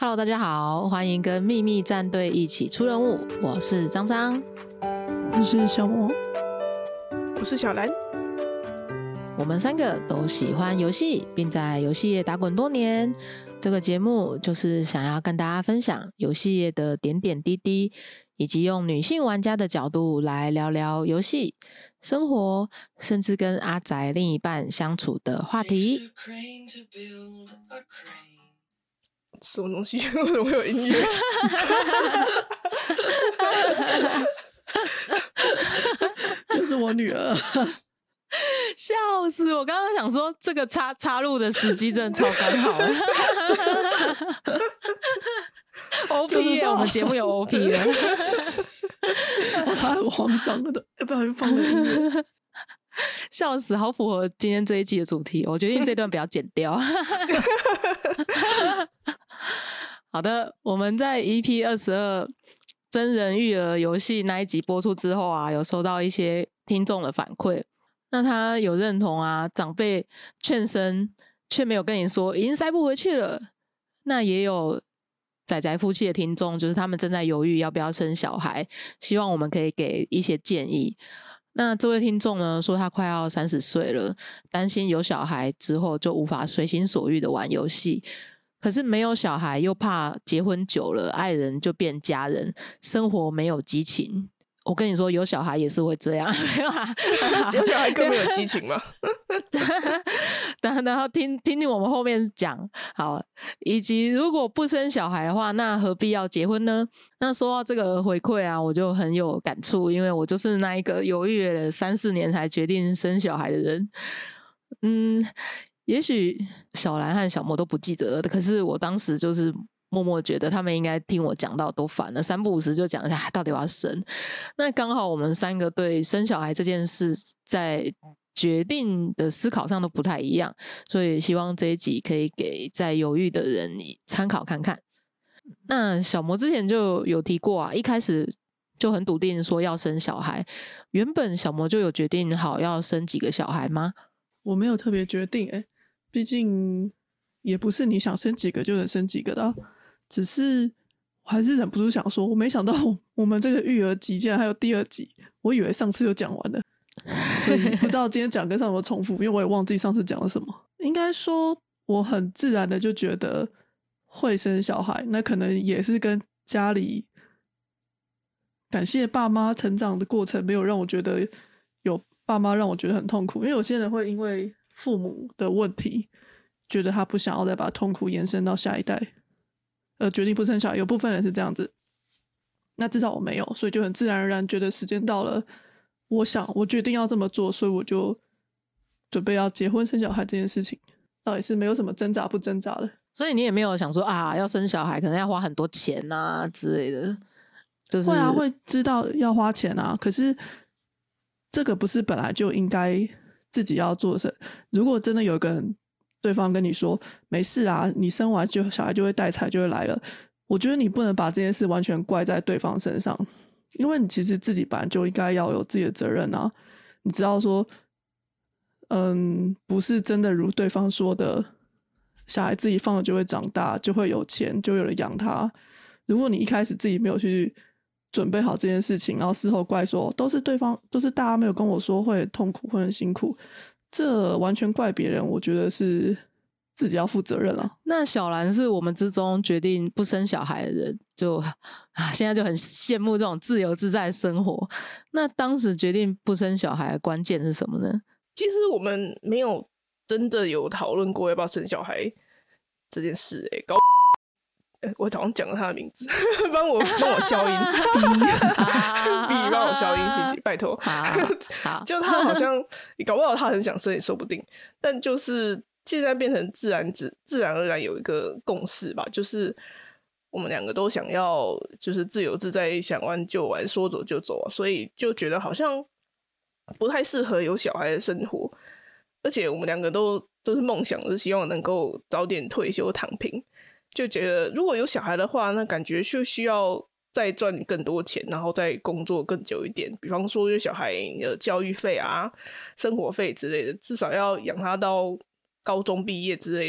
Hello， 大家好，欢迎跟秘密战队一起出任务。我是张张， 我是小魔， 我是小兰。 我们三个都喜欢游戏，并在游戏业打滚多年。这个节目就是想要跟大家分享游戏业的点点滴滴，以及用女性玩家的角度来聊聊游戏、生活，甚至跟阿宅另一半相处的话题。 什么东西？为什么会有音乐？ 就是我女儿。 笑死！我刚刚想说这个插入的时机真的超刚好的。OP 耶，我们节目有 OP 了。 我很慌张的，不小心放了音乐。 笑死，好符合今天这一期的主题。我决定这段不要剪掉。好的，我们在 EP22 真人育儿游戏那一集播出之后啊，有收到一些听众的反馈。那他有认同啊，长辈劝生却没有跟你说已经塞不回去了。那也有宅宅夫妻的听众，就是他们正在犹豫要不要生小孩，希望我们可以给一些建议。那这位听众呢，说他快要30岁了，担心有小孩之后就无法随心所欲的玩游戏，可是没有小孩又怕结婚久了爱人就变家人，生活没有激情。我跟你说，有小孩也是会这样。 有小孩更没有激情吗？ 然后听我们后面讲好，以及如果不生小孩的话，那何必要结婚呢？那说到这个回馈啊，我就很有感触，因为我就是那一个犹豫了3-4年才决定生小孩的人。也许小兰和小魔都不记得了，可是我当时就是默默觉得他们应该听我讲到都烦了，3不5时就讲一下到底要生。那刚好我们3个对生小孩这件事在决定的思考上都不太一样，所以希望这一集可以给在犹豫的人参考看看。那小魔之前就有提过啊，一开始就很笃定说要生小孩。原本小魔就有决定好要生几个小孩吗？ 我没有特别决定毕竟也不是你想生几个就能生几个的只是我还是忍不住想说，我没想到我们这个育儿集竟然还有第2集，我以为上次就讲完了，所以不知道今天讲跟上有没有重复，因为我也忘记上次讲了什么。应该说我很自然的就觉得会生小孩，那可能也是跟家里感谢爸妈成长的过程没有让我觉得有爸妈让我觉得很痛苦，因为有些人会因为父母的问题觉得他不想要再把痛苦延伸到下一代决定不生小孩，有部分人是这样子，那至少我没有，所以就很自然而然觉得时间到了，我决定要这么做，所以我就准备要结婚生小孩这件事情倒也是没有什么挣扎不挣扎的。 所以你也没有想说啊，要生小孩可能要花很多钱啊之类的，就是会啊，会知道要花钱啊，可是这个不是本来就应该自己要做的事。如果真的有一个人对方跟你说没事啊，你生完就小孩就会带财就会来了，我觉得你不能把这件事完全怪在对方身上，因为你其实自己本来就应该要有自己的责任啊。你知道说不是真的如对方说的小孩自己放了就会长大，就会有钱，就有人养他。如果你一开始自己没有去准备好这件事情，然后事后怪说都是大家没有跟我说会很痛苦会很辛苦，这完全怪别人，我觉得是自己要负责任了。 那小兰是我们之中决定不生小孩的人，就现在就很羡慕这种自由自在的生活。那当时决定不生小孩的关键是什么呢？ 其实我们没有真的有讨论过要不要生小孩这件事我好像讲了他的名字，帮我消音，帮我消音，谢谢，拜托。 好， 就他好像搞不好他很想生也说不定，但就是现在变成自然而然有一个共识吧，就是我们2个都想要就是自由自在，想玩就玩，说走就走所以就觉得好像不太适合有小孩的生活，而且我们2个都是梦想，是希望能够早点退休躺平。就觉得如果有小孩的话，那感觉就需要再赚更多钱，然后再工作更久一点，比方说有小孩的教育费啊、生活费之类的，至少要养他到高中毕业之类的，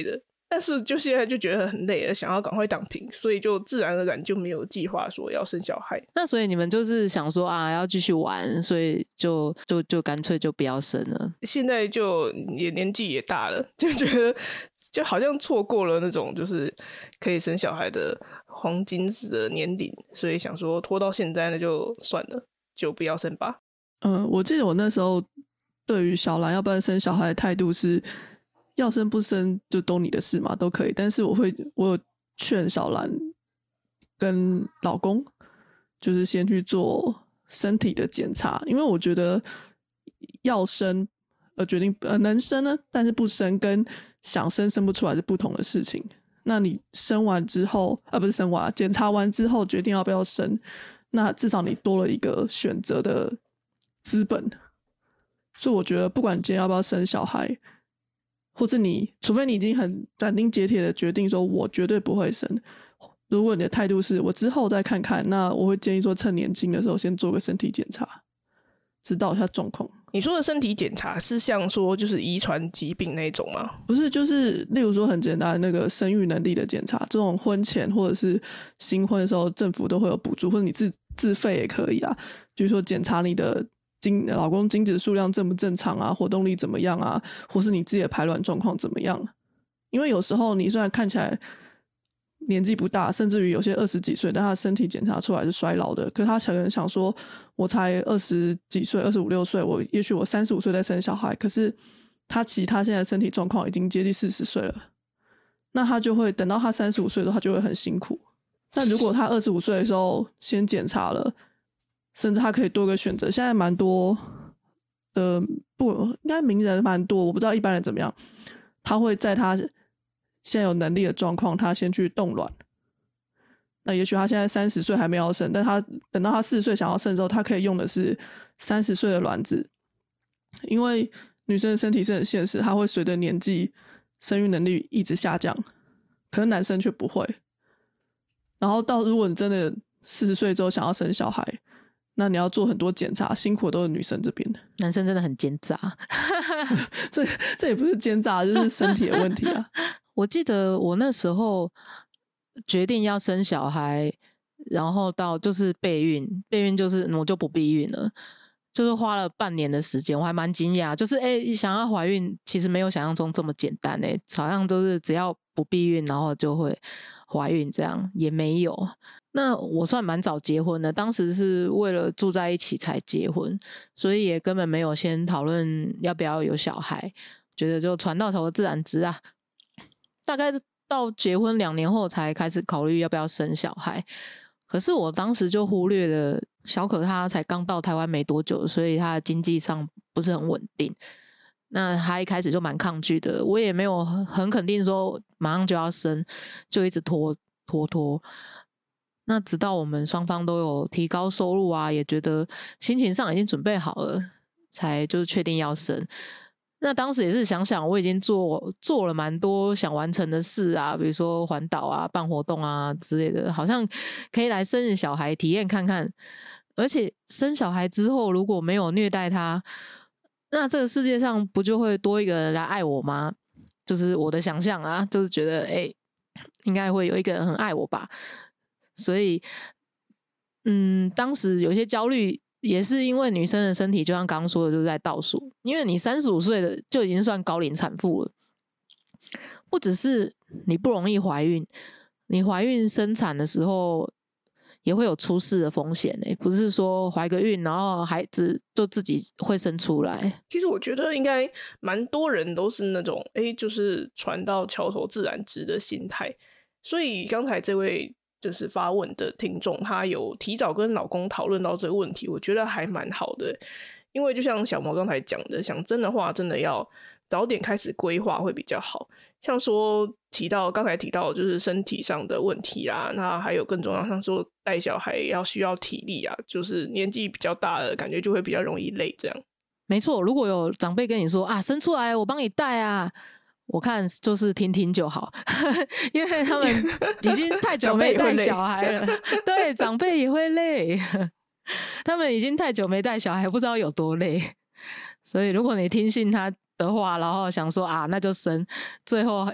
但是就现在就觉得很累了，想要赶快躺平，所以就自然而然就没有计划说要生小孩。 那所以你们就是想说啊，要继续玩，所以就干脆就不要生了。 现在就也年纪也大了，就觉得就好像错过了那种就是可以生小孩的黄金时的年龄，所以想说拖到现在那就算了，就不要生吧。 我记得我那时候对于小兰要不要生小孩的态度是，要生不生就都你的事嘛，都可以。但是我有劝小兰跟老公，就是先去做身体的检查，因为我觉得要生决定能生呢，但是不生跟想生生不出来是不同的事情。那你生完之后，不是生完，检查完之后决定要不要生，那至少你多了一个选择的资本。所以我觉得不管你今天要不要生小孩，或是除非你已经很斩钉截铁的决定说我绝对不会生，如果你的态度是我之后再看看，那我会建议说趁年轻的时候先做个身体检查，知道一下状况。 你说的身体检查是像说就是遗传疾病那种吗？ 不是，就是例如说很简单的那个生育能力的检查，这种婚前或者是新婚的时候政府都会有补助，或者你自费也可以啊，就是说检查你的老公精子数量正不正常啊，活动力怎么样啊，或是你自己的排卵状况怎么样。因为有时候你虽然看起来年纪不大，甚至于有些20几岁，但他身体检查出来是衰老的，可是他可能想说我才20几岁25、6岁，也许我35岁再生小孩，可是他现在身体状况已经接近40岁了，那他就会等到他35岁的时候他就会很辛苦。但如果他25岁的时候先检查了，甚至他可以多个选择，现在蛮多的应该名人蛮多，我不知道一般人怎么样，他会在他现在有能力的状况，他先去冻卵。那也许他现在30岁还没有生，但他等到他40岁想要生的时候，他可以用的是30岁的卵子，因为女生的身体是很现实，她会随着年纪生育能力一直下降，可是男生却不会。然后如果你真的40岁之后想要生小孩，那你要做很多检查，辛苦的都是女生这边， 男生真的很奸诈。 这也不是奸诈，就是身体的问题啊。 我记得我那时候决定要生小孩，然后到就是备孕就是我就不避孕了，就是花了半年的时间，我还蛮惊讶，就是想要怀孕其实没有想象中这么简单，好像都是只要不避孕然后就会怀孕，这样也没有。那我算蛮早结婚的，当时是为了住在一起才结婚，所以也根本没有先讨论要不要有小孩，觉得就船到头自然直啊。大概到结婚2年后才开始考虑要不要生小孩，可是我当时就忽略了小可他才刚到台湾没多久，所以他的经济上不是很稳定，那他一开始就蛮抗拒的，我也没有很肯定说马上就要生，就一直拖。那直到我们双方都有提高收入啊，也觉得心情上已经准备好了，才就是确定要生。那当时也是想想我已经做了蛮多想完成的事啊，比如说环岛啊、办活动啊之类的，好像可以来生小孩体验看看。而且生小孩之后如果没有虐待他，那这个世界上不就会多一个人来爱我吗？就是我的想象啊，就是觉得应该会有一个人很爱我吧。所以当时有些焦虑也是因为女生的身体就像刚刚说的就是在倒数，因为你35岁的就已经算高龄产妇了，不只是你不容易怀孕，你怀孕生产的时候也会有出事的风险，不是说怀个孕然后孩子就自己会生出来。 其实我觉得应该蛮多人都是那种就是船到桥头自然直的心态，所以刚才这位就是发问的听众，他有提早跟老公讨论到这个问题，我觉得还蛮好的。因为就像小毛刚才讲的，想真的话真的要早点开始规划会比较好。像说刚才提到就是身体上的问题啦，那还有更重要像说带小孩需要体力啊，就是年纪比较大了感觉就会比较容易累这样。 没错，如果有长辈跟你说啊生出来我帮你带啊，我看就是听听就好因为他们已经太久没带小孩了对，长辈也会累他们已经太久没带小孩，不知道有多累，所以如果你听信他的话然后想说啊那就生，最后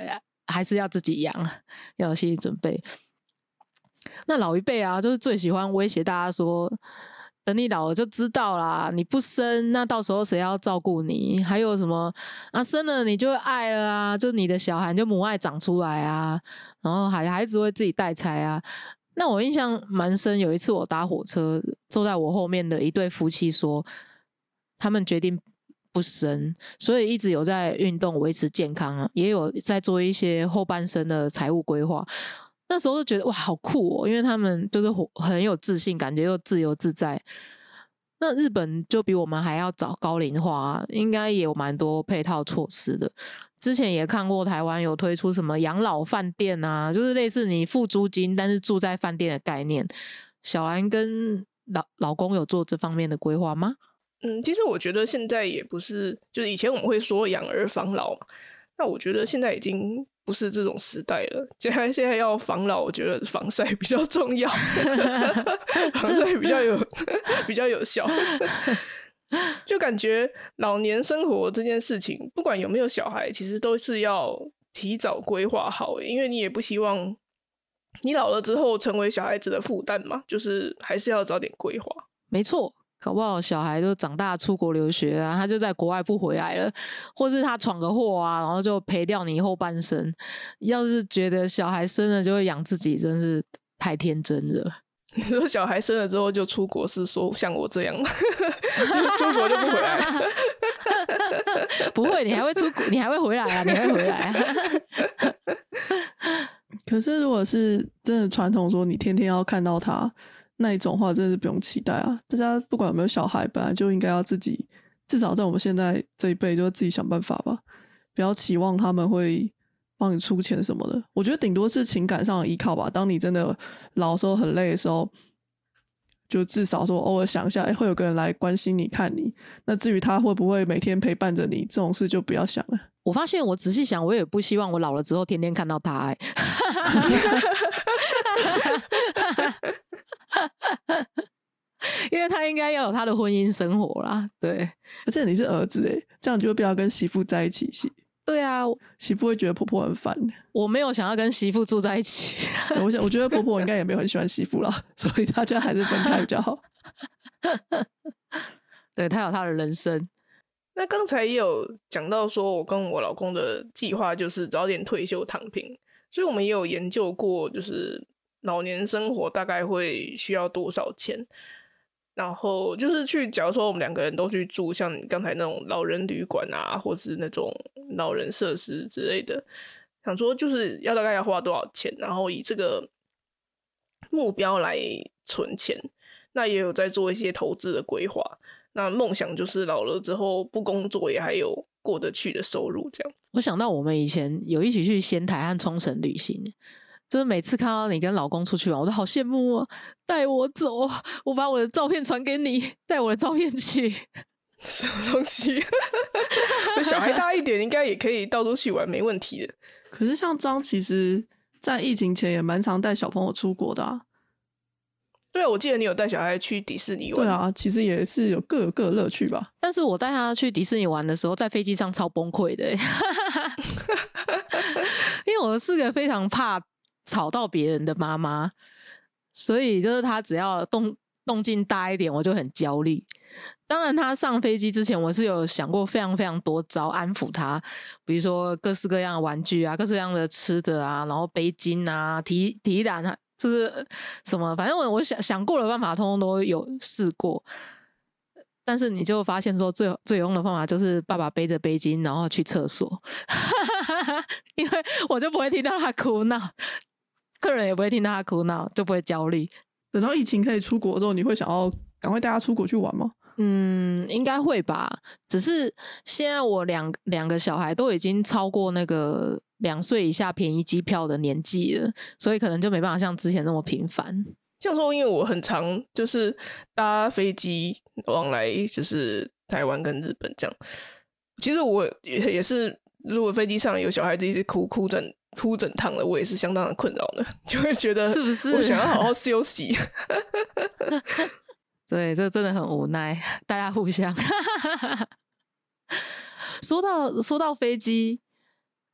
还是要自己养，要有心理准备。那老一辈啊，就是最喜欢威胁大家说，等你老了就知道啦，你不生，那到时候谁要照顾你？还有什么啊，生了你就会爱了啊，就你的小孩就母爱长出来啊，然后孩子会自己带财啊。那我印象蛮深，有一次我搭火车，坐在我后面的一对夫妻说，他们决定不生，所以一直有在运动维持健康啊，也有在做一些后半生的财务规划。那时候就觉得哇，好酷哦，因为他们就是很有自信，感觉又自由自在。那日本就比我们还要早高龄化啊，应该也有蛮多配套措施的。之前也看过台湾有推出什么养老饭店啊，就是类似你付租金，但是住在饭店的概念。小兰跟老公有做这方面的规划吗？ 其实我觉得现在也不是，就是以前我们会说养儿防老嘛，那我觉得现在已经不是这种时代了。现在要防老，我觉得防晒比较重要，防晒比较有效。就感觉老年生活这件事情，不管有没有小孩，其实都是要提早规划好，因为你也不希望你老了之后成为小孩子的负担嘛，就是还是要早点规划。 没错，搞不好小孩都长大出国留学啊，他就在国外不回来了，或是他闯个祸啊，然后就赔掉你后半生。要是觉得小孩生了就会养自己，真是太天真了。 你说小孩生了之后就出国，是说像我这样吗？就出国就不回来？ 不会，你还会出国，你还会回来啊，你还会回来啊。 可是如果是真的传统说你天天要看到他那一种话，真的是不用期待啊。大家不管有没有小孩，本来就应该要自己，至少在我们现在这一辈，就自己想办法吧，不要期望他们会帮你出钱什么的。我觉得顶多是情感上的依靠吧。当你真的老的时候很累的时候，就至少说偶尔想一下，会有个人来关心你看你。那至于他会不会每天陪伴着你，这种事就不要想了。 我发现我仔细想，我也不希望我老了之后天天看到他因为他应该要有他的婚姻生活啦。对， 而且你是儿子这样就不要跟媳妇在一起。 对啊， 媳妇会觉得婆婆很烦。 我没有想要跟媳妇住在一起。 我觉得婆婆应该也没有很喜欢媳妇啦，所以大家还是分开比较好。 对，他有他的人生。 那刚才也有讲到说，我跟我老公的计划就是早点退休躺平，所以我们也有研究过，就是老年生活大概会需要多少钱。然后就是假如说我们两个人都去住像你刚才那种老人旅馆啊，或是那种老人设施之类的，想说就是大概要花多少钱，然后以这个目标来存钱。那也有在做一些投资的规划。那梦想就是老了之后不工作也还有过得去的收入这样。 我想到我们以前有一起去仙台和冲绳旅行，就是每次看到你跟老公出去玩，我都好羡慕哦，带我走，我把我的照片传给你，带我的照片去。 什么东西？小孩大一点应该也可以到处去玩，没问题的。 可是像张其实在疫情前也蛮常带小朋友出国的啊。 对啊，我记得你有带小孩去迪士尼玩。 对啊，其实也是各有各的乐趣吧。 但是我带他去迪士尼玩的时候，在飞机上超崩溃的因为我是个非常怕吵到别人的妈妈，所以就是他只要动静大一点，我就很焦虑。当然他上飞机之前，我是有想过非常非常多招安抚他，比如说各式各样的玩具啊，各式各样的吃的啊，然后背巾啊、提篮啊，就是什么，反正我想过的办法通通都有试过。但是你就发现说最有用的方法就是爸爸背着背巾然后去厕所因为我就不会听到他哭闹，客人也不会听到他哭闹，就不会焦虑。 等到疫情可以出国之后，你会想要赶快带他出国去玩吗？ 应该会吧。只是现在我两个小孩都已经超过那个2岁以下便宜机票的年纪了，所以可能就没办法像之前那么频繁。 像说因为我很常就是搭飞机往来就是台湾跟日本这样，其实我也是，如果飞机上有小孩子一直哭整趟了，我也是相当的困扰的，就会觉得是不是我想要好好休息对，这真的很无奈，大家互相说到飞机，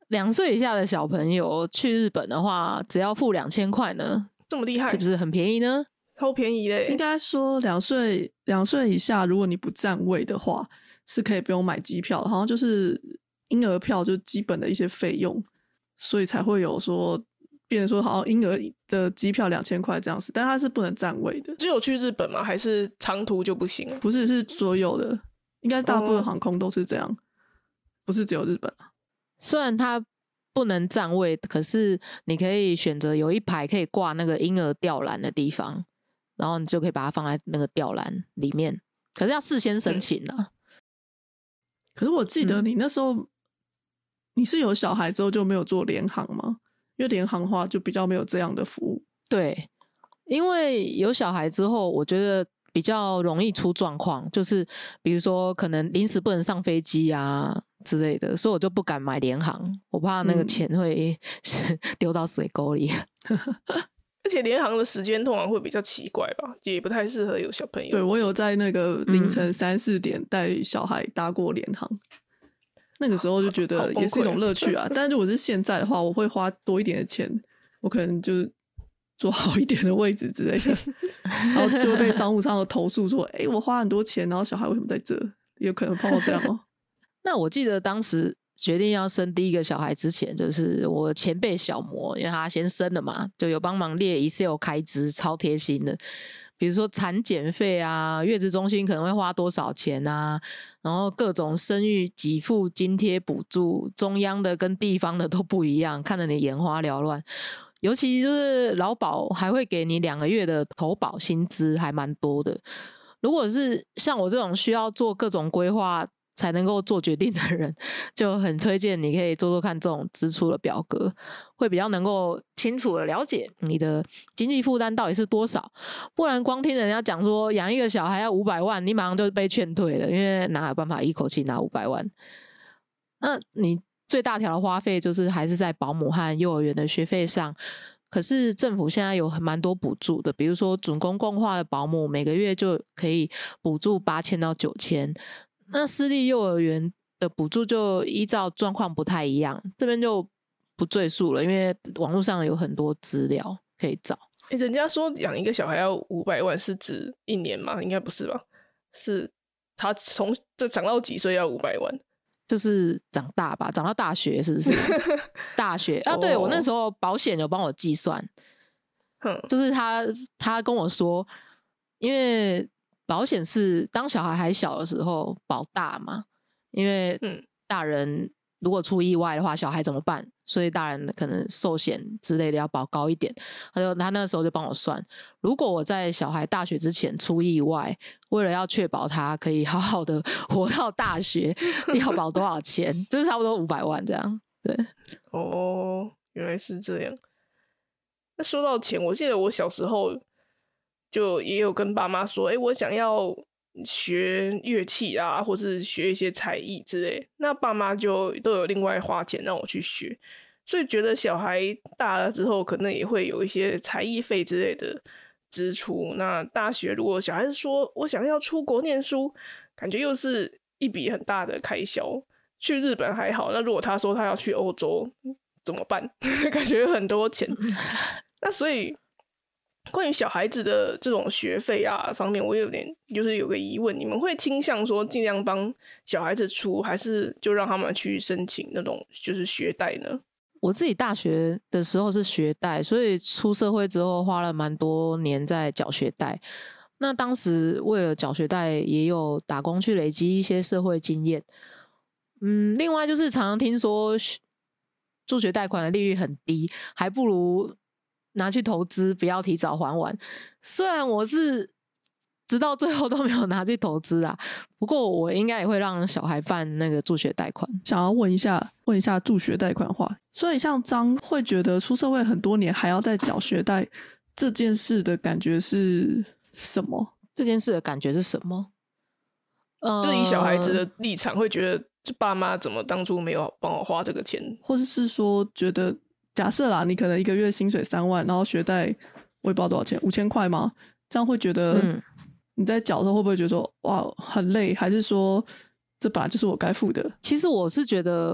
2岁以下的小朋友去日本的话，只要付2000块呢， 这么厉害， 是不是很便宜呢？ 超便宜的耶。 应该说2岁以下，如果你不占位的话，是可以不用买机票的，好像就是婴儿票就基本的一些费用，所以才会有说变成说好像婴儿的机票2000块这样子，但它是不能占位的。 只有去日本吗？还是长途就不行？ 不是，是所有的，应该大部分航空都是这样，不是只有日本啊。 虽然它不能占位，可是你可以选择有一排可以挂那个婴儿吊篮的地方，然后你就可以把它放在那个吊篮里面，可是要事先申请啊。 可是我记得你那时候你是有小孩之后就没有做联航吗？因为联航的话就比较没有这样的服务。 对，因为有小孩之后，我觉得比较容易出状况，就是比如说可能临时不能上飞机啊之类的，所以我就不敢买联航，我怕那个钱会丢到水沟里。 而且联航的时间通常会比较奇怪吧，也不太适合有小朋友。 对，我有在那个凌晨3、4点带小孩搭过联航，那个时候就觉得也是一种乐趣啊。但是如果是现在的话，我会花多一点的钱，我可能就是坐好一点的位置之类的，然后就会被商务舱的投诉说：“哎、我花很多钱，然后小孩为什么在这？”有可能碰到这样哦。 那我记得当时决定要生第一个小孩之前，就是我前辈小魔，因为他先生了嘛，就有帮忙列 Excel 开支，超贴心的。比如说产检费啊，月子中心可能会花多少钱啊，然后各种生育给付津贴补助，中央的跟地方的都不一样，看得你眼花缭乱。尤其就是劳保还会给你2个月的投保薪资，还蛮多的。如果是像我这种需要做各种规划才能够做决定的人，就很推荐你可以做做看这种支出的表格，会比较能够清楚的了解你的经济负担到底是多少。不然光听人家讲说养一个小孩要500万，你马上就被劝退了，因为哪有办法一口气拿500万。那你最大条的花费就是还是在保姆和幼儿园的学费上。可是政府现在有蛮多补助的，比如说准公共化的保姆每个月就可以补助8000到9000，那私立幼儿园的补助就依照状况不太一样，这边就不赘述了，因为网络上有很多资料可以找。 人家说养一个小孩要500万是指1年吗？应该不是吧？是他从这长到几岁要500万？ 就是长大吧，长到大学是不是？大学啊，对，我那时候保险有帮我计算，就是他跟我说，因为保险是当小孩还小的时候保大嘛，因为大人如果出意外的话，小孩怎么办？所以大人可能寿险之类的要保高一点。他那时候就帮我算，如果我在小孩大学之前出意外，为了要确保他可以好好的活到大学，要保多少钱？就是差不多500万这样。对， 哦，原来是这样。那说到钱，我记得我小时候就也有跟爸妈说，我想要学乐器啊，或是学一些才艺之类，那爸妈就都有另外花钱让我去学，所以觉得小孩大了之后可能也会有一些才艺费之类的支出。那大学如果小孩子说我想要出国念书，感觉又是一笔很大的开销。去日本还好，那如果他说他要去欧洲怎么办？感觉有很多钱。那所以关于小孩子的这种学费啊方面，我有点就是有个疑问，你们会倾向说尽量帮小孩子出，还是就让他们去申请那种就是学贷呢？ 我自己大学的时候是学贷，所以出社会之后花了蛮多年在缴学贷。那当时为了缴学贷，也有打工去累积一些社会经验。另外就是常常听说助学贷款的利率很低，还不如拿去投资，不要提早还完。虽然我是直到最后都没有拿去投资啊，不过我应该也会让小孩办那个助学贷款。 想要问一下助学贷款话，所以像张会觉得出社会很多年还要再缴学贷这件事的感觉是什么？ 这件事的感觉是什么？ 就以小孩子的立场会觉得爸妈怎么当初没有帮我花这个钱， 或者是说觉得假设啦，你可能一个月薪水3万，然后学贷我也不知道多少钱，5000块吗？这样会觉得你在缴的时候会不会觉得说哇很累，还是说这本来就是我该付的？ 其实我是觉得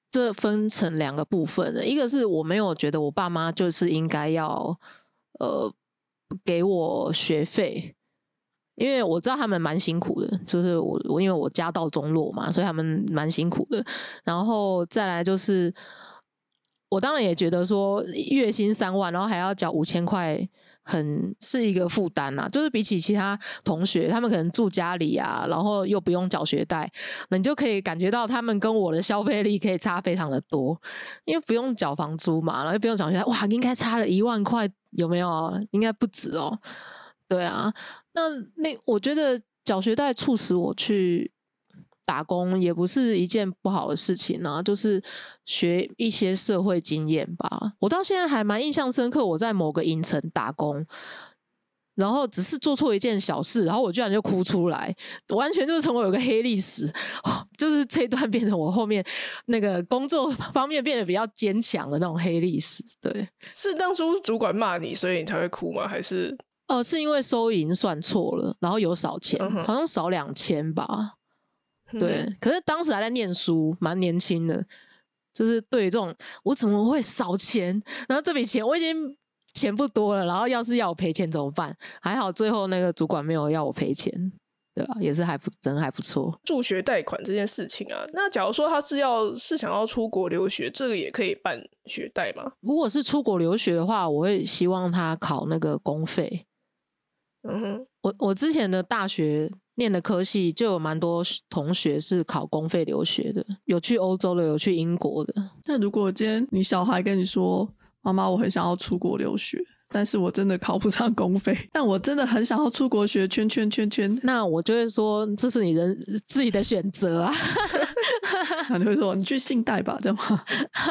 这分成2个部分的，一个是我没有觉得我爸妈就是应该要给我学费，因为我知道他们蛮辛苦的，就是我因为我家道中落嘛，所以他们蛮辛苦的。然后再来就是我当然也觉得说月薪3万，然后还要缴5000块，是一个负担啊。就是比起其他同学，他们可能住家里啊，然后又不用缴学贷，那你就可以感觉到他们跟我的消费力可以差非常的多，因为不用缴房租嘛，然后又不用缴学贷，哇，应该差了1万块，有没有？应该不止哦。对啊，那我觉得缴学贷促使我去打工也不是一件不好的事情啊，就是学一些社会经验吧。我到现在还蛮印象深刻，我在某个影城打工，然后只是做错一件小事，然后我居然就哭出来，完全就是成为有个黑历史，就是这一段变成我后面那个工作方面变得比较坚强的那种黑历史。对， 是当初主管骂你，所以你才会哭吗？还是是因为收银算错了，然后有少钱，好像少2000吧。对，可是当时还在念书，蛮年轻的，就是对于这种我怎么会少钱，然后这笔钱我已经钱不多了，然后要是要我赔钱怎么办？还好最后那个主管没有要我赔钱，对吧？也是人还不错。 助学贷款这件事情啊，那假如说他是想要出国留学，这个也可以办学贷吗？ 如果是出国留学的话，我会希望他考那个公费。我之前的大学念的科系就有蛮多同学是考公费留学的，有去欧洲的，有去英国的。 那如果今天你小孩跟你说，妈妈我很想要出国留学，但是我真的考不上公费，但我真的很想要出国学圈， 那我就会说这是你自己的选择啊。 那你会说你去信贷吧，这样吗？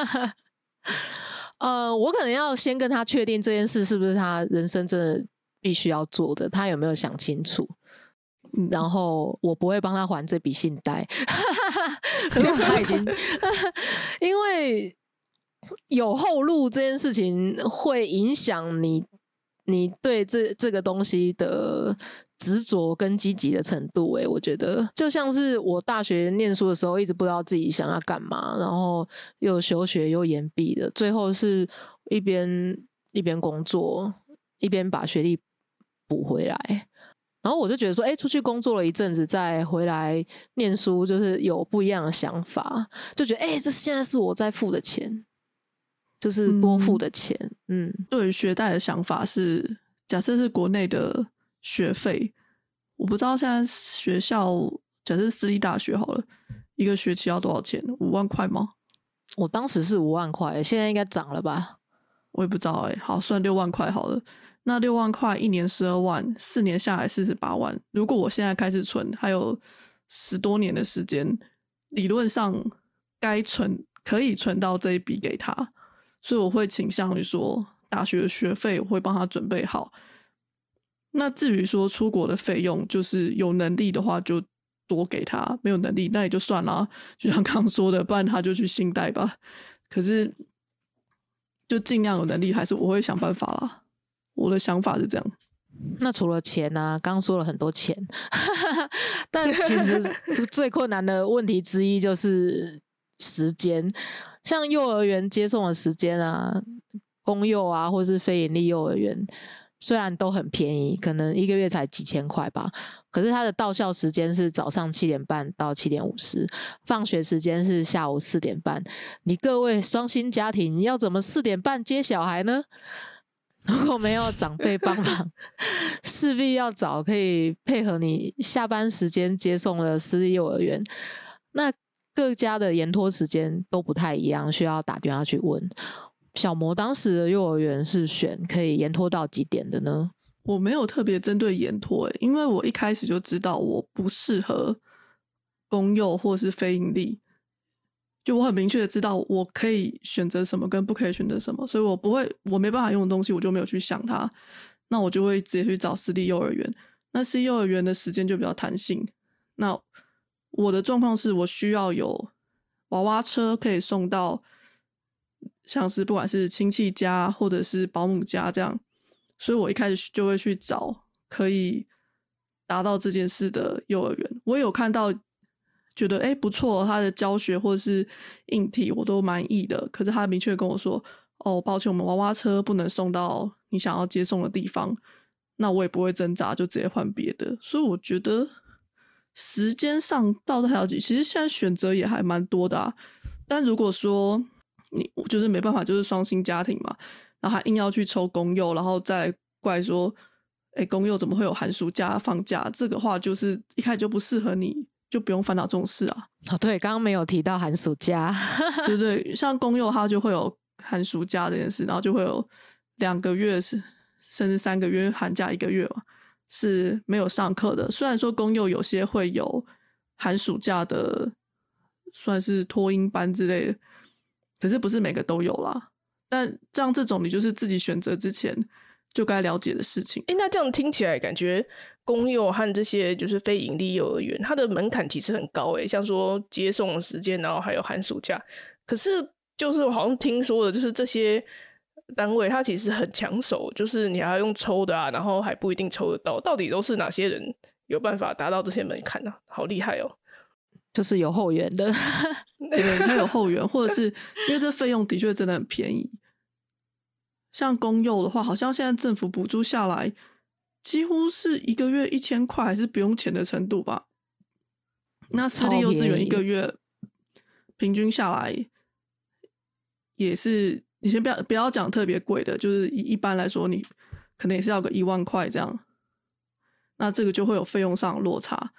我可能要先跟他确定这件事是不是他人生真的必须要做的，他有没有想清楚。然后我不会帮他还这笔信贷。如果他已经因为有后路这件事情会影响你对这个东西的执着跟积极的程度。我觉得就像是我大学念书的时候一直不知道自己想要干嘛，然后又休学又延毕的，最后是一边工作一边把学历补回来。然后我就觉得说出去工作了一阵子再回来念书，就是有不一样的想法，就觉得这现在是我在付的钱，就是多付的钱。 对于学贷的想法是，假设是国内的学费，我不知道现在学校，假设是私立大学好了，一个学期要多少钱？5万块吗？ 我当时是5万块，现在应该涨了吧？ 我也不知道好，算6万块好了。那6万块1年12万，4年下来48万。如果我现在开始存，还有10多年的时间，理论上可以存到这一笔给他。所以我会倾向于说，大学的学费我会帮他准备好。那至于说出国的费用，就是有能力的话就多给他，没有能力那也就算了。就像刚刚说的，不然他就去信贷吧。可是就尽量有能力，还是我会想办法啦。我的想法是这样。 那除了钱啊，刚刚说了很多钱，但其实最困难的问题之一就是时间。像幼儿园接送的时间啊，公幼啊，或是非营利幼儿园，虽然都很便宜，可能1个月才几千块吧，可是它的到校时间是早上7点半到7点50，放学时间是下午4点半。你各位双薪家庭要怎么4点半接小孩呢？如果没有长辈帮忙，势必要找可以配合你下班时间接送的私立幼儿园。那各家的延托时间都不太一样，需要打电话去问。小魔当时的幼儿园是选可以延托到几点的呢？ 我没有特别针对延托，因为我一开始就知道我不适合公幼或是非营利，就我很明确的知道我可以选择什么跟不可以选择什么，所以我没办法用的东西我就没有去想它，那我就会直接去找私立幼儿园。那私立幼儿园的时间就比较弹性。那我的状况是我需要有娃娃车可以送到像是不管是亲戚家或者是保姆家这样，所以我一开始就会去找可以达到这件事的幼儿园。我有看到觉得不错，他的教学或者是硬体我都满意的，可是他明确跟我说，哦，抱歉，我们娃娃车不能送到你想要接送的地方，那我也不会挣扎，就直接换别的。所以我觉得时间上到底还有其实现在选择也还蛮多的啊。但如果说你就是没办法，就是双薪家庭嘛，然后还硬要去抽公幼，然后再怪说公幼怎么会有寒暑假放假，这个话就是一开始就不适合你，就不用烦恼这种事啊。 对，刚刚没有提到寒暑假。 对对，像公幼它就会有寒暑假这件事，然后就会有2个月甚至3个月寒假1个月嘛是没有上课的。虽然说公幼有些会有寒暑假的算是托婴班之类的，可是不是每个都有啦。但像这种你就是自己选择之前就该了解的事情。 那这样听起来感觉公幼和这些就是非营利幼儿园它的门槛其实很高像说接送的时间，然后还有寒暑假。可是就是我好像听说的就是这些单位它其实很抢手，就是你还要用抽的啊，然后还不一定抽得到。到底都是哪些人有办法达到这些门槛啊？好厉害哦。 就是有后援的。 对，他有后援，或者是因为这费用的确真的很便宜。像公幼的话，好像现在政府补助下来几乎是1个月1000块还是不用钱的程度吧。那私立幼稚园1个月平均下来也是，你先不要讲特别贵的，就是一般来说你可能也是要个1万块这样，那这个就会有费用上的落差。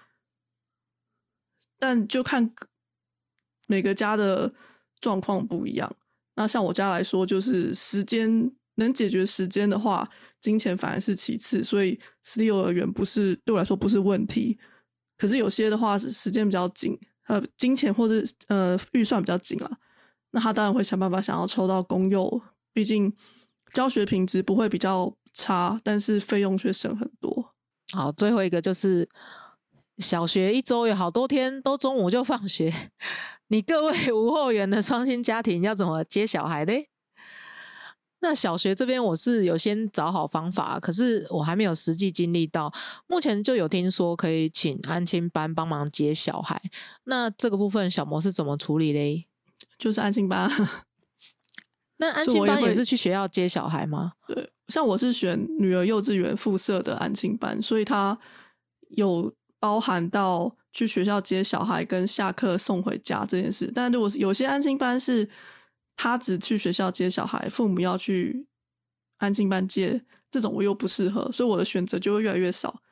但就看每个家的状况不一样。那像我家来说，就是时间能解决时间的话，金钱反而是其次，所以私立幼儿园对我来说不是问题。可是有些的话是时间比较紧，金钱或者预算比较紧啦，那他当然会想办法想要抽到公幼，毕竟教学品质不会比较差，但是费用却省很多。 好，最后一个就是小学1周有好多天都中午就放学，你各位无后援的双薪家庭要怎么接小孩嘞？那小学这边我是有先找好方法，可是我还没有实际经历到。目前就有听说可以请安亲班帮忙接小孩，那这个部分小魔是怎么处理嘞？ 就是安亲班。 那安亲班也是去学校接小孩吗？ 对，像我是选女儿幼稚园附设的安亲班，所以它有包含到去学校接小孩跟下课送回家这件事。但如果有些安亲班是他只去学校接小孩，父母要去安亲班接，这种我又不适合，所以我的选择就会越来越少。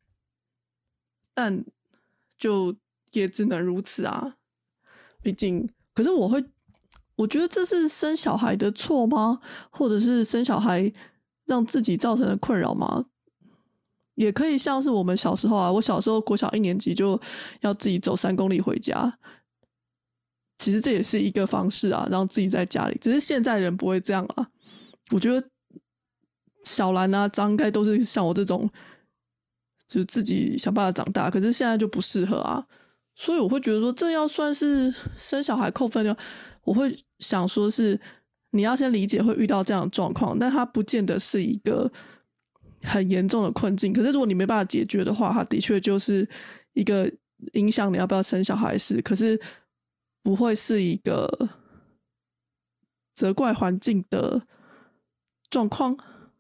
但就也只能如此啊，毕竟，可是我觉得这是生小孩的错吗？或者是生小孩让自己造成的困扰吗？也可以像是我们小时候啊，我小时候国小1年级就要自己走3公里回家，其实这也是一个方式啊，让自己在家里。只是现在人不会这样啊。我觉得小兰啊、张应该都是像我这种，就是自己想办法长大。可是现在就不适合啊，所以我会觉得说，这要算是生小孩扣分的。我会想说是你要先理解会遇到这样的状况，但它不见得是一个很严重的困境。可是如果你没办法解决的话，它的确就是一个影响你要不要生小孩的事。可是不会是一个责怪环境的状况。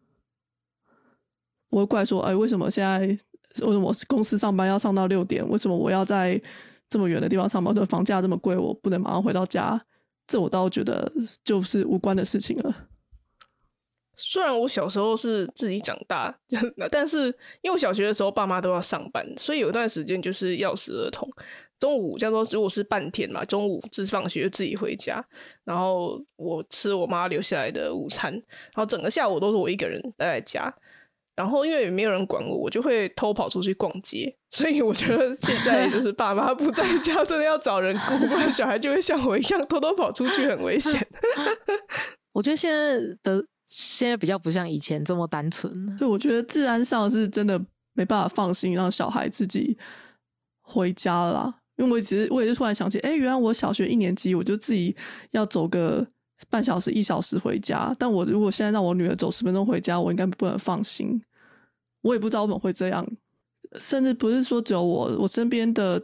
我会怪说，为什么我公司上班要上到6点？为什么我要在这么远的地方上班？房价这么贵，我不能马上回到家？这我倒觉得就是无关的事情了。 虽然我小时候是自己长大，但是因为我小学的时候爸妈都要上班，所以有一段时间就是钥匙儿童。中午叫做如果是半天嘛，中午自放学就自己回家，然后我吃我妈留下来的午餐，然后整个下午都是我一个人待在家。然后因为也没有人管我，我就会偷跑出去逛街。所以我觉得现在就是爸妈不在家，真的要找人顾，不然小孩就会像我一样偷偷跑出去，很危险。 我觉得现在比较不像以前这么单纯。 对，我觉得治安上是真的没办法放心让小孩自己回家了啦。因为我也是突然想起，原来我小学1年级我就自己要走个半小时1小时回家，但我如果现在让我女儿走10分钟回家，我应该不能放心。我也不知道为什么会这样，甚至不是说只有我身边的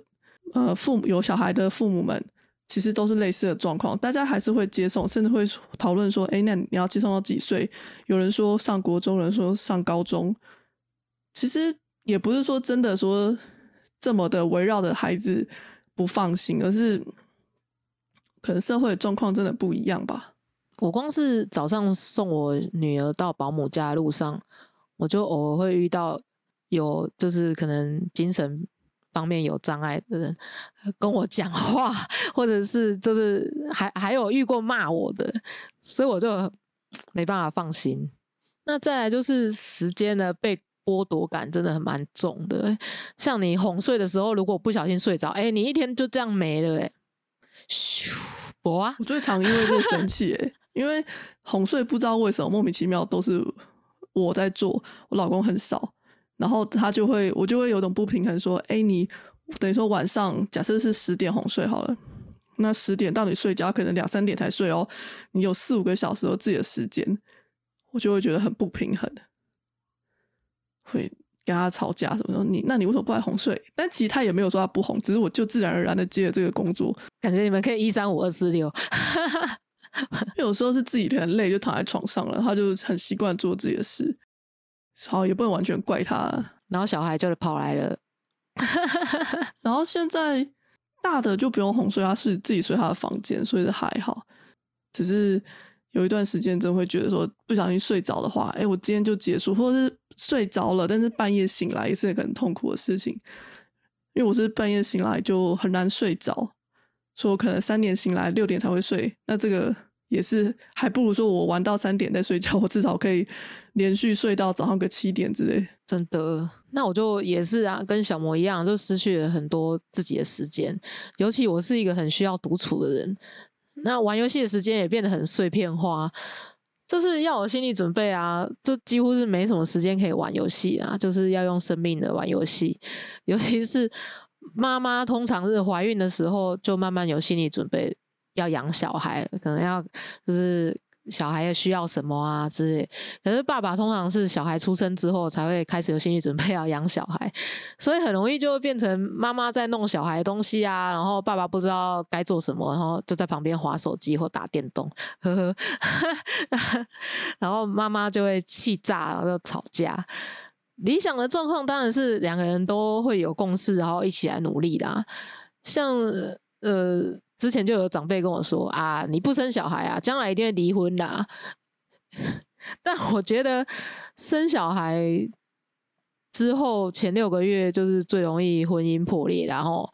有小孩的父母们其实都是类似的状况，大家还是会接送，甚至会讨论说那你要接送到几岁，有人说上国中，有人说上高中，其实也不是说真的说这么的围绕着孩子不放心，而是可能社会的状况真的不一样吧。 我光是早上送我女儿到保姆家的路上，我就偶尔会遇到有就是可能精神方面有障碍的人跟我讲话，或者是就是还有遇过骂我的，所以我就没办法放心。那再来就是时间的被剥夺感真的很蛮重的，像你哄睡的时候，如果不小心睡着，你一天就这样没了，咻，我啊， 我最常因为这生气因为哄睡不知道为什么莫名其妙都是我在做，我老公很少，然后我就会有种不平衡说你等于说晚上假设是10点哄睡好了，那10点到你睡觉可能2、3点才睡哦，你有4、5个小时有自己的时间，我就会觉得很不平衡，会跟他吵架什么的，那你为什么不来哄睡？但其实他也没有说他不哄，只是我就自然而然的接了这个工作。 感觉你们可以135、246 因为有时候是自己很累就躺在床上了，他就很习惯做自己的事，好也不能完全怪他。 然后小孩就跑来了然后现在大的就不用哄睡，他是自己睡他的房间，所以是还好。只是有一段时间真会觉得说不小心睡着的话我今天就结束，或者是睡着了但是半夜醒来也是一个很痛苦的事情。因为我是半夜醒来就很难睡着，所以我可能3点醒来6点才会睡，那这个也是还不如说我玩到3点再睡觉，我至少可以连续睡到早上个7点之类。 真的，那我就也是啊，跟小魔一样，就失去了很多自己的时间。尤其我是一个很需要独处的人，那玩游戏的时间也变得很碎片化，就是要有心理准备啊，就几乎是没什么时间可以玩游戏啊，就是要用生命的玩游戏。尤其是妈妈通常是怀孕的时候就慢慢有心理准备要养小孩，可能要就是小孩需要什么啊之类，可是爸爸通常是小孩出生之后才会开始有心理准备要养小孩，所以很容易就会变成妈妈在弄小孩的东西啊，然后爸爸不知道该做什么，然后就在旁边滑手机或打电动，呵呵然后妈妈就会气炸，然后就吵架。理想的状况当然是2个人都会有共识，然后一起来努力啦。像之前就有长辈跟我说啊，你不生小孩啊，将来一定会离婚啦。但我觉得生小孩之后前6个月就是最容易婚姻破裂，然后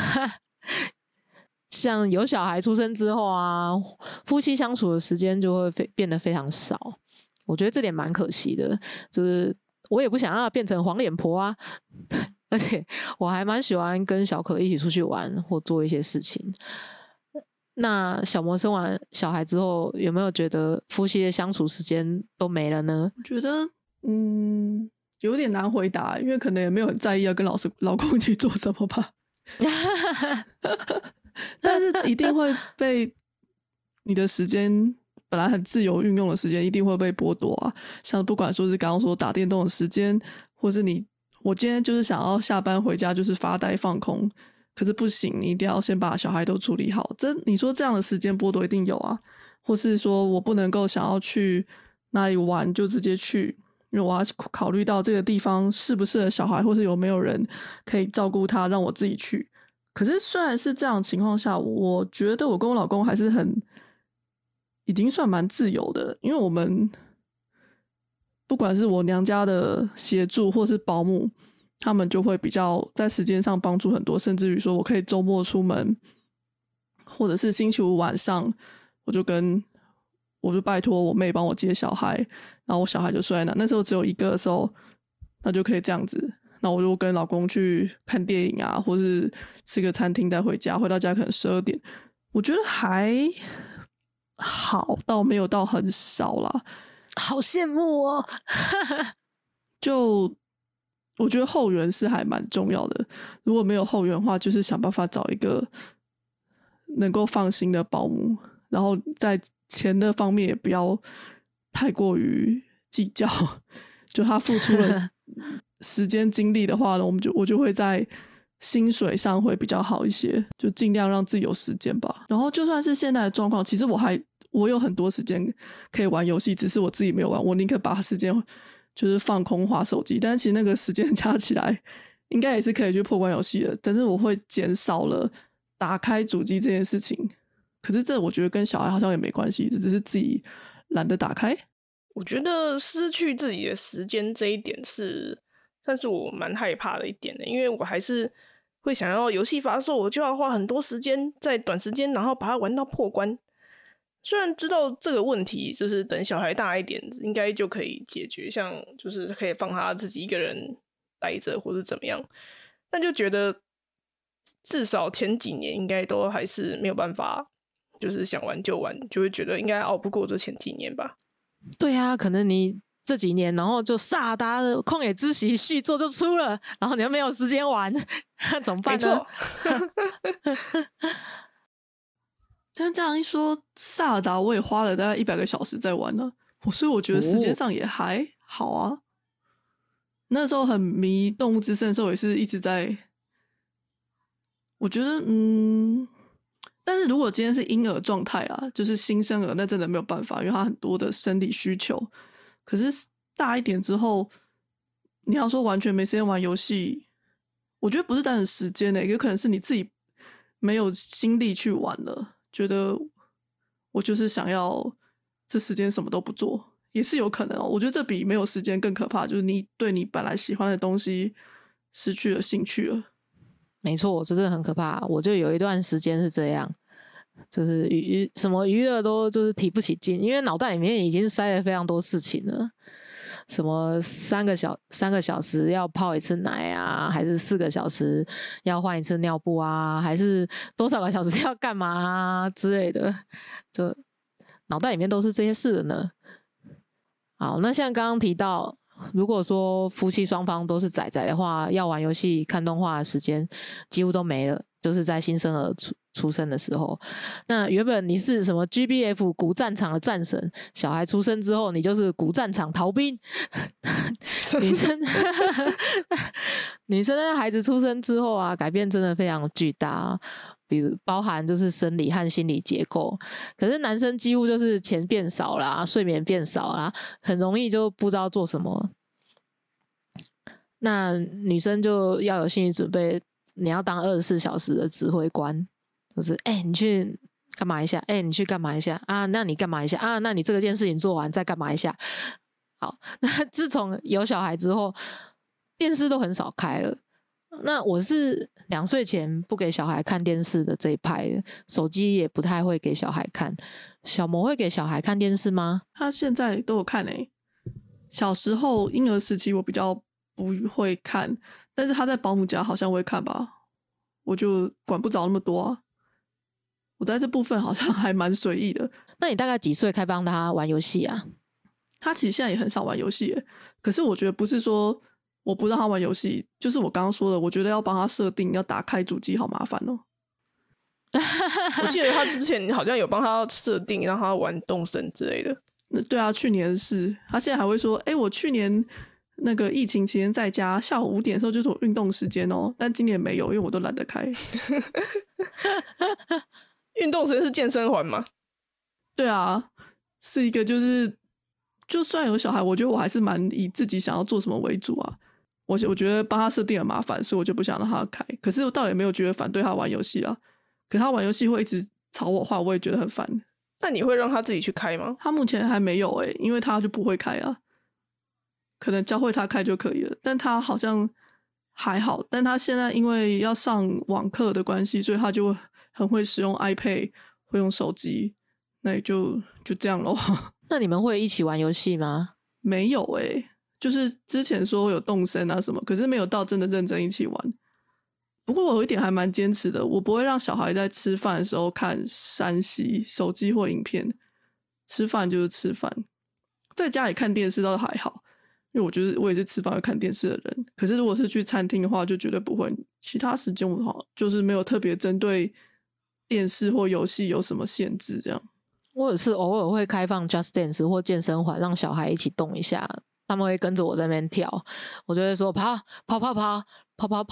像有小孩出生之后啊，夫妻相处的时间就会变得非常少。我觉得这点蛮可惜的，就是我也不想要变成黄脸婆啊。而且我还蛮喜欢跟小可一起出去玩或做一些事情。那小魔生完小孩之后，有没有觉得夫妻的相处时间都没了呢？ 我觉得有点难回答，因为可能也没有很在意要跟老公一起做什么吧。但是一定会被你的时间本来很自由运用的时间一定会被剥夺啊，像不管说是刚刚说打电动的时间，或是我今天就是想要下班回家就是发呆放空，可是不行，你一定要先把小孩都处理好。你说这样的时间剥夺一定有啊，或是说我不能够想要去哪里玩就直接去，因为我要考虑到这个地方适不适合小孩，或是有没有人可以照顾他，让我自己去。可是虽然是这样的情况下，我觉得我跟我老公还是已经算蛮自由的，因为我们不管是我娘家的协助或是保姆，他们就会比较在时间上帮助很多，甚至于说我可以周末出门，或者是星期五晚上我就拜托我妹帮我接小孩，然后我小孩就睡在那时候只有1个的时候，那就可以这样子，那我就跟老公去看电影啊，或是吃个餐厅带回家，回到家可能12点，我觉得还好，到没有到很少啦。 好羡慕哦。 就我觉得后援是还蛮重要的，如果没有后援的话，就是想办法找一个能够放心的保姆，然后在钱的方面也不要太过于计较，就他付出了时间精力的话呢，我就会在薪水上会比较好一些，就尽量让自己有时间吧。然后就算是现在的状况，其实我有很多时间可以玩游戏，只是我自己没有玩，我宁可把时间就是放空滑手机，但是其实那个时间加起来应该也是可以去破关游戏的，但是我会减少了打开主机这件事情。可是这我觉得跟小孩好像也没关系，这只是自己懒得打开。 我觉得失去自己的时间这一点算是我蛮害怕的一点的，因为我还是会想要游戏发售我就要花很多时间在短时间然后把它玩到破关。虽然知道这个问题就是等小孩大一点应该就可以解决，像就是可以放他自己一个人待着或是怎么样，但就觉得至少前几年应该都还是没有办法就是想玩就玩，就会觉得应该熬不过这前几年吧。 对啊，可能你这几年然后就萨达的旷野之息续作就出了，然后你又没有时间玩怎么办呢？ 没错但这样一说，萨尔达我也花了大概100个小时在玩了，所以我觉得时间上也还好啊。那时候很迷动物之森的时候，也是一直在。我觉得，但是如果今天是婴儿状态啦，就是新生儿，那真的没有办法，因为他很多的生理需求。可是大一点之后，你要说完全没时间玩游戏，我觉得不是单纯时间的，有可能是你自己没有心力去玩了。觉得我就是想要这时间什么都不做，也是有可能哦。我觉得这比没有时间更可怕，就是你对你本来喜欢的东西失去了兴趣了。 没错，这真的很可怕。我就有一段时间是这样，就是什么娱乐都就是提不起劲，因为脑袋里面已经塞了非常多事情了。什么3个小时要泡一次奶啊，还是4个小时要换一次尿布啊，还是多少个小时要干嘛啊之类的，就脑袋里面都是这些事的呢。好，那像刚刚提到，如果说夫妻双方都是宅宅的话，要玩游戏看动画的时间几乎都没了，就是在新生儿出生的时候。那原本你是什么 GBF 古战场的战神，小孩出生之后你就是古战场逃兵。女生的孩子出生之后啊，改变真的非常巨大，比如包含就是生理和心理结构。可是男生几乎就是钱变少啦，睡眠变少啦，很容易就不知道做什么。那女生就要有心理准备，你要当24小时的指挥官，就是你去干嘛一下，你去干嘛一下啊？那你干嘛一下啊？那你这件事情做完再干嘛一下？好，那自从有小孩之后，电视都很少开了。那我是2岁前不给小孩看电视的这一派的，手机也不太会给小孩看。小魔会给小孩看电视吗？ 他现在都有看欸。小时候婴儿时期我比较不会看，但是他在保姆家好像会看吧，我就管不着那么多啊。我在这部分好像还蛮随意的。 那你大概几岁开帮他玩游戏啊？ 他其实现在也很少玩游戏耶，可是我觉得不是说我不让他玩游戏，就是我刚刚说的，我觉得要帮他设定要打开主机好麻烦哦。 我记得他之前好像有帮他设定让他玩动森之类的。 对啊，去年是，他现在还会说，我去年那个疫情期间在家，下午5点的时候就是我运动时间哦，但今年没有，因为我都懒得开。 运动时间是健身环吗？ 对啊，是一个就是就算有小孩，我觉得我还是蛮以自己想要做什么为主啊。我觉得帮他设定很麻烦，所以我就不想让他开。可是我倒也没有觉得反对他玩游戏啦，可他玩游戏会一直吵我话，我也觉得很烦。 那你会让他自己去开吗？ 他目前还没有因为他就不会开啊，可能教会他开就可以了。但他好像还好，但他现在因为要上网课的关系，所以他就很会使用 iPad， 会用手机，那也就这样咯。 那你们会一起玩游戏吗？ 没有就是之前说有动森啊什么，可是没有到真的认真一起玩。不过我有一点还蛮坚持的，我不会让小孩在吃饭的时候看3C 手机或影片，吃饭就是吃饭。在家里看电视倒是还好，因为我觉得我也是吃饭会看电视的人。可是如果是去餐厅的话，就绝对不会。其他时间我好像就是没有特别针对电视或游戏有什么限制这样。 我也是偶尔会开放 Just Dance 或健身环，让小孩一起动一下，他们会跟着我在那边跳，我就会说跑跑跑跑跑跑跑，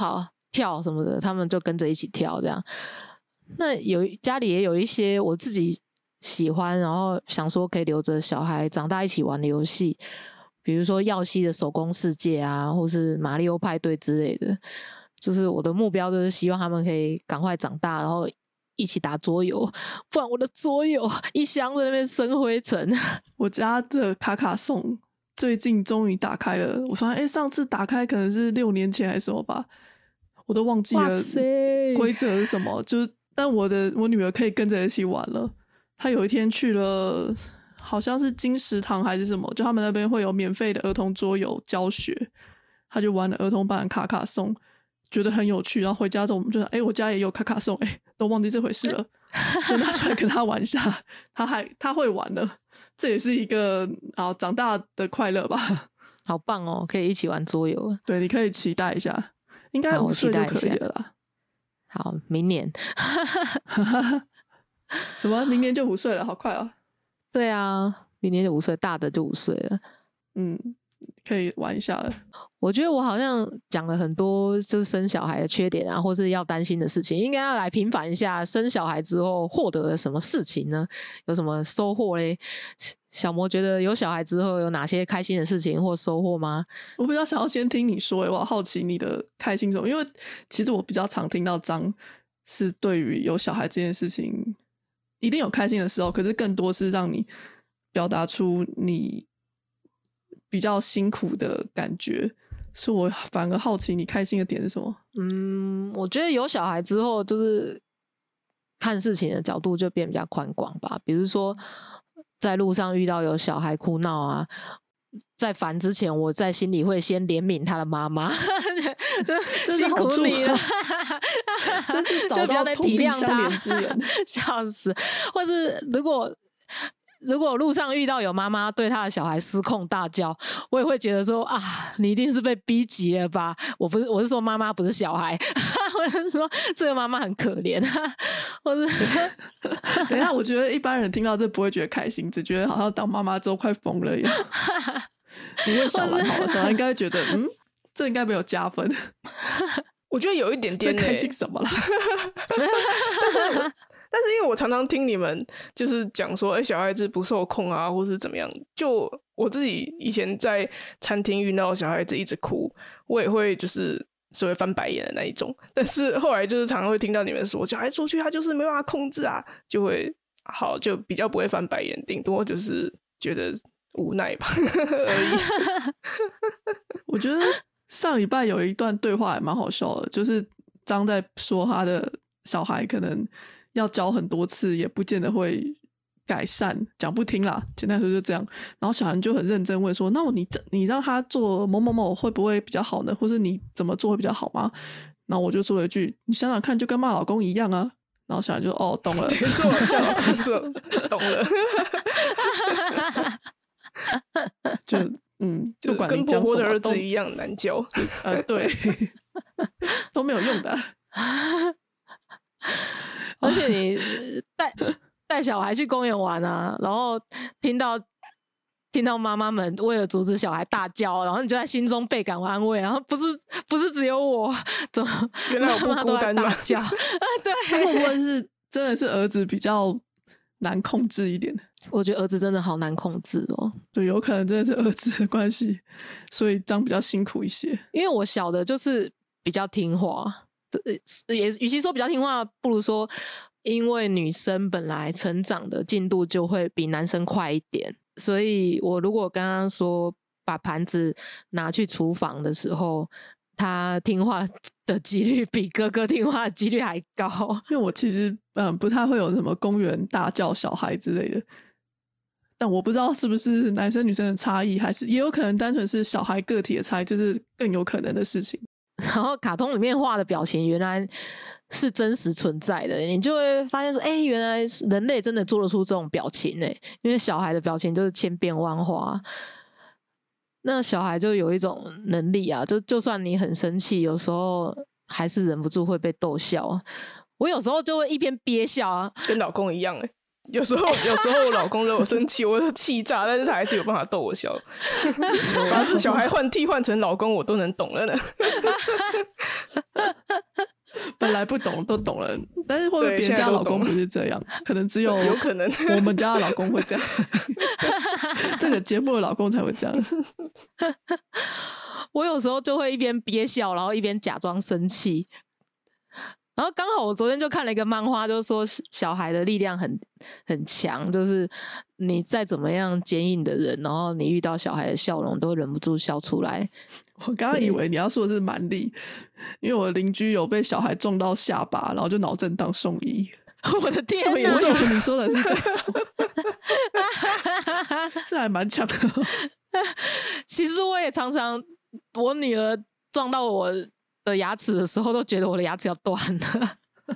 跳什么的，他们就跟着一起跳这样。那家里也有一些我自己喜欢，然后想说可以留着小孩长大一起玩的游戏，比如说耀西的手工世界啊，或是马里奥派对之类的。就是我的目标就是希望他们可以赶快长大，然后一起打桌游，不然我的桌游一箱在那边生灰尘。 我家的卡卡颂最近终于打开了，我发现上次打开可能是6年前还是什么吧，我都忘记了规则是什么。就是但我女儿可以跟着一起玩了。她有一天去了，好像是金石堂还是什么，就他们那边会有免费的儿童桌游教学，她就玩了儿童版的卡卡颂，觉得很有趣。然后回家之后我们就说我家也有卡卡颂，都忘记这回事了，就拿出来跟她玩一下。她会玩了，这也是一个长大的快乐吧。 好棒哦，可以一起玩桌游。 对，你可以期待一下，应该5岁就可以了啦。 好，明年。 什么？明年就5岁了，好快啊！ 对啊，明年就5岁，大的就5岁了。 可以玩一下了。 我觉得我好像讲了很多就是生小孩的缺点啊，或是要担心的事情，应该要来平反一下生小孩之后获得了什么事情呢？有什么收获嘞？小魔觉得有小孩之后有哪些开心的事情或收获吗？ 我比较想要先听你说，我好奇你的开心什么，因为其实我比较常听到张是对于有小孩这件事情一定有开心的时候，可是更多是让你表达出你比较辛苦的感觉，所以我反而好奇你开心的点是什么。 我觉得有小孩之后就是看事情的角度就变比较宽广吧。比如说在路上遇到有小孩哭闹啊，在烦之前我在心里会先怜悯他的妈妈，就辛苦你了，就不要再体谅他，笑死。或是如果路上遇到有妈妈对她的小孩失控大叫，我也会觉得说你一定是被逼急了吧。我是说妈妈不是小孩，我是说这个妈妈很可怜。或是等一下，我觉得一般人听到这不会觉得开心，只觉得好像当妈妈之后快疯了一样。你问小兰好了，小兰应该觉得这应该没有加分。 我觉得有一点点这开心什么啦？ 但是因为我常常听你们就是讲说小孩子不受控啊或是怎么样，就我自己以前在餐厅遇到小孩子一直哭，我也会就是会翻白眼的那一种。但是后来就是常常会听到你们说小孩出去他就是没办法控制啊，就会就比较不会翻白眼，顶多就是觉得无奈吧而已。 我觉得上礼拜有一段对话还蛮好笑的，就是张在说他的小孩可能要教很多次也不见得会改善，讲不听啦，简单说就这样。然后小孩就很认真问说，那你让他做某某某会不会比较好呢？或是你怎么做会比较好吗？然后我就说了一句，你想想看就跟骂老公一样啊。然后小孩就懂了， 没错，叫老公做懂了。 就不管你跟婆婆的儿子一样难教。 对，都没有用的。 而且你带小孩去公园玩啊，然后听到妈妈们为了阻止小孩大叫，然后你就在心中倍感安慰，然后不是只有我，怎么原来我不孤单大叫？对， 会不会是真的是儿子比较难控制一点？ 我觉得儿子真的好难控制哦。 对，有可能真的是儿子的关系，所以这样比较辛苦一些。 因为我小的就是比较听话，也与其说比较听话，不如说因为女生本来成长的进度就会比男生快一点，所以我如果刚刚说把盘子拿去厨房的时候，他听话的几率比哥哥听话的几率还高。 因为我其实不太会有什么公园大叫小孩之类的，但我不知道是不是男生女生的差异，还是也有可能单纯是小孩个体的差异，这是更有可能的事情。 然后卡通里面画的表情原来是真实存在的，你就会发现说原来人类真的做得出这种表情因为小孩的表情就是千变万化。那小孩就有一种能力啊，就算你很生气，有时候还是忍不住会被逗笑。我有时候就会一边憋笑啊， 跟老公一样有时候我老公惹我生气，我就气炸，但是他还是有办法逗我笑。反正小孩换成老公，我都能懂了呢。 本来不懂都懂了，但是会不会别人家老公不是这样？可能只有有可能我们家的老公会这样，这个节目的老公才会这样。 我有时候就会一边憋笑，然后一边假装生气。然后刚好我昨天就看了一个漫画，就是说小孩的力量很强，就是你再怎么样坚硬的人，然后你遇到小孩的笑容，都忍不住笑出来。 我刚刚以为你要说的是蛮力，因为我的邻居有被小孩撞到下巴，然后就脑震荡送医。 我的天哪！ 这么严重？你说的是这种，这还蛮强的。 其实我也常常，我女儿撞到我的牙齿的时候，都觉得我的牙齿要断了。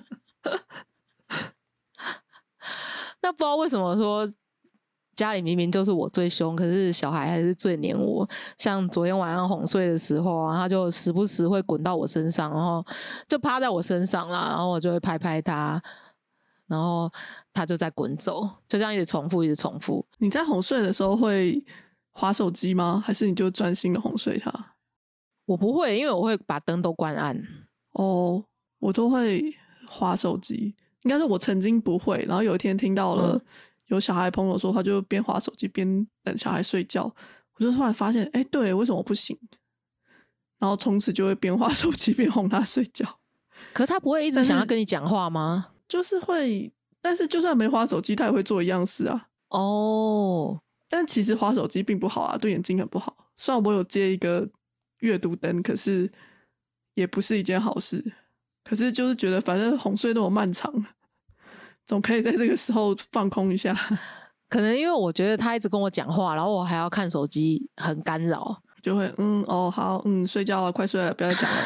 那不知道为什么说家里明明就是我最凶，可是小孩还是最黏我。像昨天晚上哄睡的时候啊，他就时不时会滚到我身上，然后就趴在我身上啦，然后我就会拍拍他，然后他就再滚走，就这样一直重复，一直重复。 你在哄睡的时候会滑手机吗？还是你就专心的哄睡他？ 我不会，因为我会把灯都关暗。 哦，我都会滑手机。应该是我曾经不会，然后有一天听到了有小孩朋友说，他就边滑手机边等小孩睡觉，我就突然发现，哎，对，为什么我不行？然后从此就会边滑手机边哄他睡觉。 可是他不会一直想要跟你讲话吗？ 就是会，但是就算没滑手机，他也会做一样事啊。 哦， 但其实滑手机并不好啊，对眼睛很不好。虽然我有接一个阅读灯，可是也不是一件好事。可是就是觉得反正哄睡那么漫长，总可以在这个时候放空一下。 可能因为我觉得他一直跟我讲话，然后我还要看手机，很干扰， 就会哦好睡觉了，快睡了，不要再讲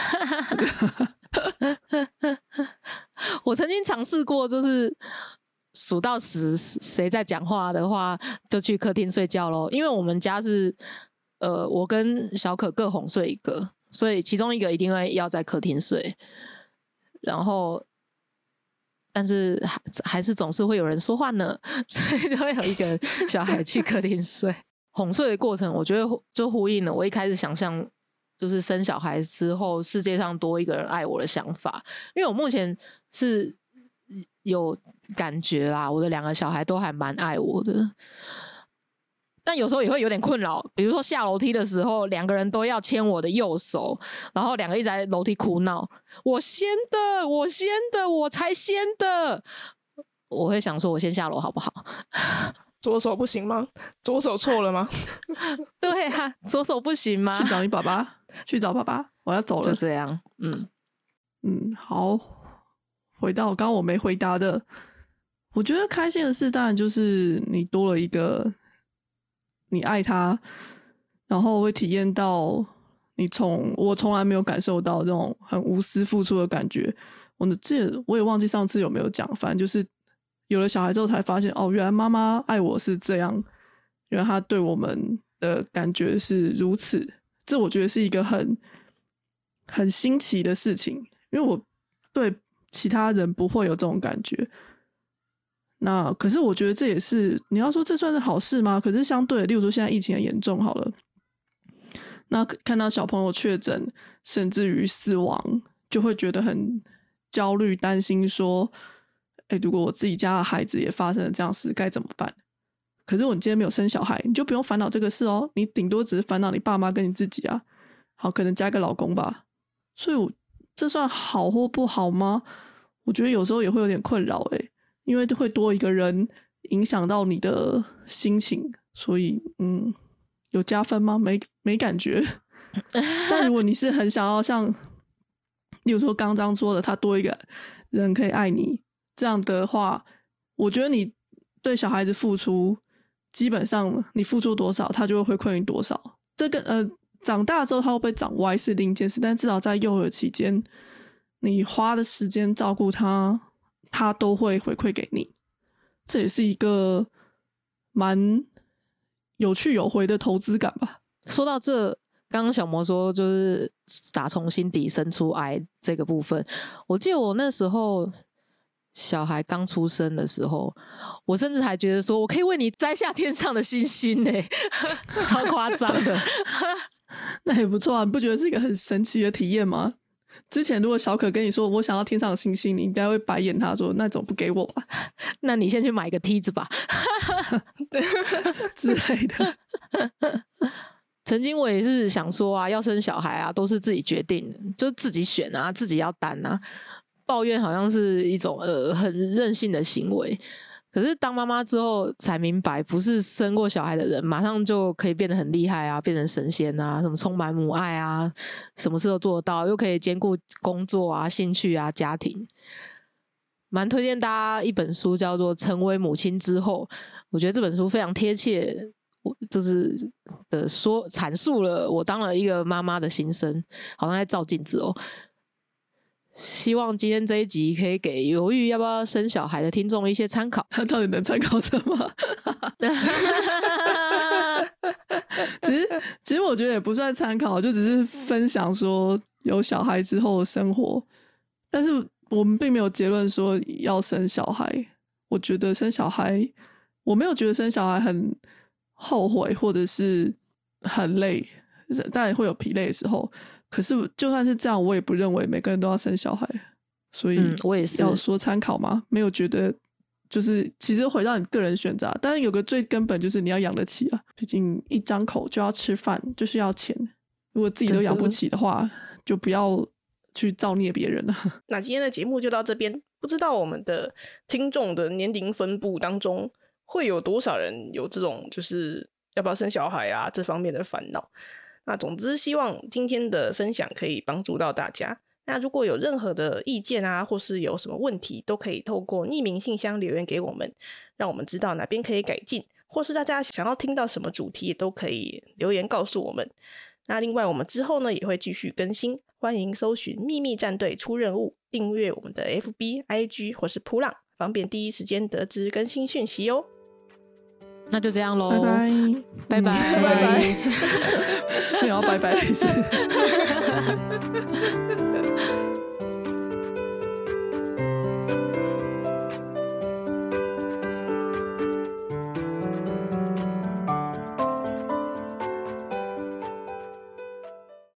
了。 我曾经尝试过，就是数到10，谁在讲话的话，就去客厅睡觉咯。因为我们家是我跟小可各哄睡一个，所以其中一个一定会要在客厅睡。然后，但是还是总是会有人说话呢，所以就会有一个小孩去客厅睡。哄睡的过程，我觉得就呼应了我一开始想象，就是生小孩之后世界上多一个人爱我的想法。因为我目前是有感觉啦，我的2个小孩都还蛮爱我的。但有时候也会有点困扰，比如说下楼梯的时候，2个人都要牵我的右手，然后2个一直在楼梯哭闹，我先的，我先的，我才先的。我会想说，我先下楼好不好？ 左手不行吗？左手错了吗？ 对啊，左手不行吗？ 去找你爸爸，去找爸爸，我要走了。 就这样， 好。回到刚刚我没回答的，我觉得开心的事当然就是你多了一个你爱他，然后会体验到我从来没有感受到这种很无私付出的感觉。我也忘记上次有没有讲，反正就是有了小孩之后才发现，哦，原来妈妈爱我是这样，原来她对我们的感觉是如此。这我觉得是一个很新奇的事情，因为我对其他人不会有这种感觉。那可是我觉得这也是，你要说这算是好事吗？可是相对的，例如说现在疫情很严重好了，那看到小朋友确诊甚至于死亡，就会觉得很焦虑担心说，如果我自己家的孩子也发生了这样事该怎么办？可是我今天没有生小孩，你就不用烦恼这个事哦，你顶多只是烦恼你爸妈跟你自己啊，好，可能加个老公吧。所以这算好或不好吗？我觉得有时候也会有点困扰因为会多一个人影响到你的心情，所以有加分吗？没感觉。但如果你是很想要像例如说刚刚说的，他多一个人可以爱你这样的话，我觉得你对小孩子付出，基本上你付出多少他就会回馈你多少。这个长大之后他会不会长歪是另一件事，但至少在幼儿期间你花的时间照顾他，他都会回馈给你。这也是一个蛮有去有回的投资感吧。 说到这，刚刚小魔说就是打从心底生出爱这个部分，我记得我那时候小孩刚出生的时候，我甚至还觉得说我可以为你摘下天上的星星超夸张的。 那也不错啊，你不觉得是一个很神奇的体验吗？ 之前如果小可跟你说我想要天上的星星，你应该会白眼他说那种不给我吧那你先去买一个梯子吧之类的。 曾经我也是想说啊，要生小孩啊，都是自己决定的，就自己选啊，自己要担啊。抱怨好像是一种很任性的行为。可是当妈妈之后才明白，不是生过小孩的人马上就可以变得很厉害啊，变成神仙啊，什么充满母爱啊，什么事都做得到，又可以兼顾工作啊、兴趣啊、家庭。蛮推荐大家一本书，叫做《成为母亲之后》。我觉得这本书非常贴切，就是阐述了我当了一个妈妈的心声，好像在照镜子哦。希望今天这一集可以给犹豫要不要生小孩的听众一些参考。 他到底能参考什么？其实我觉得也不算参考，就只是分享说有小孩之后的生活，但是我们并没有结论说要生小孩。我觉得生小孩，我没有觉得生小孩很后悔或者是很累，当然会有疲累的时候。可是就算是这样，我也不认为每个人都要生小孩，所以我也是要说参考吗？没有觉得，就是其实回到你个人选择，但是有个最根本就是你要养得起啊，毕竟一张口就要吃饭，就是要钱。如果自己都养不起的话，就不要去造孽别人了。 那今天的节目就到这边，不知道我们的听众的年龄分布当中，会有多少人有这种就是要不要生小孩啊这方面的烦恼。那总之希望今天的分享可以帮助到大家。那如果有任何的意见啊，或是有什么问题，都可以透过匿名信箱留言给我们，让我们知道哪边可以改进，或是大家想要听到什么主题也都可以留言告诉我们。那另外我们之后呢也会继续更新，欢迎搜寻秘密战队出任务，订阅我们的 FB、IG 或是噗浪，方便第一时间得知更新讯息哦。 那就这样咯， 拜拜拜拜拜拜没有要拜拜的意思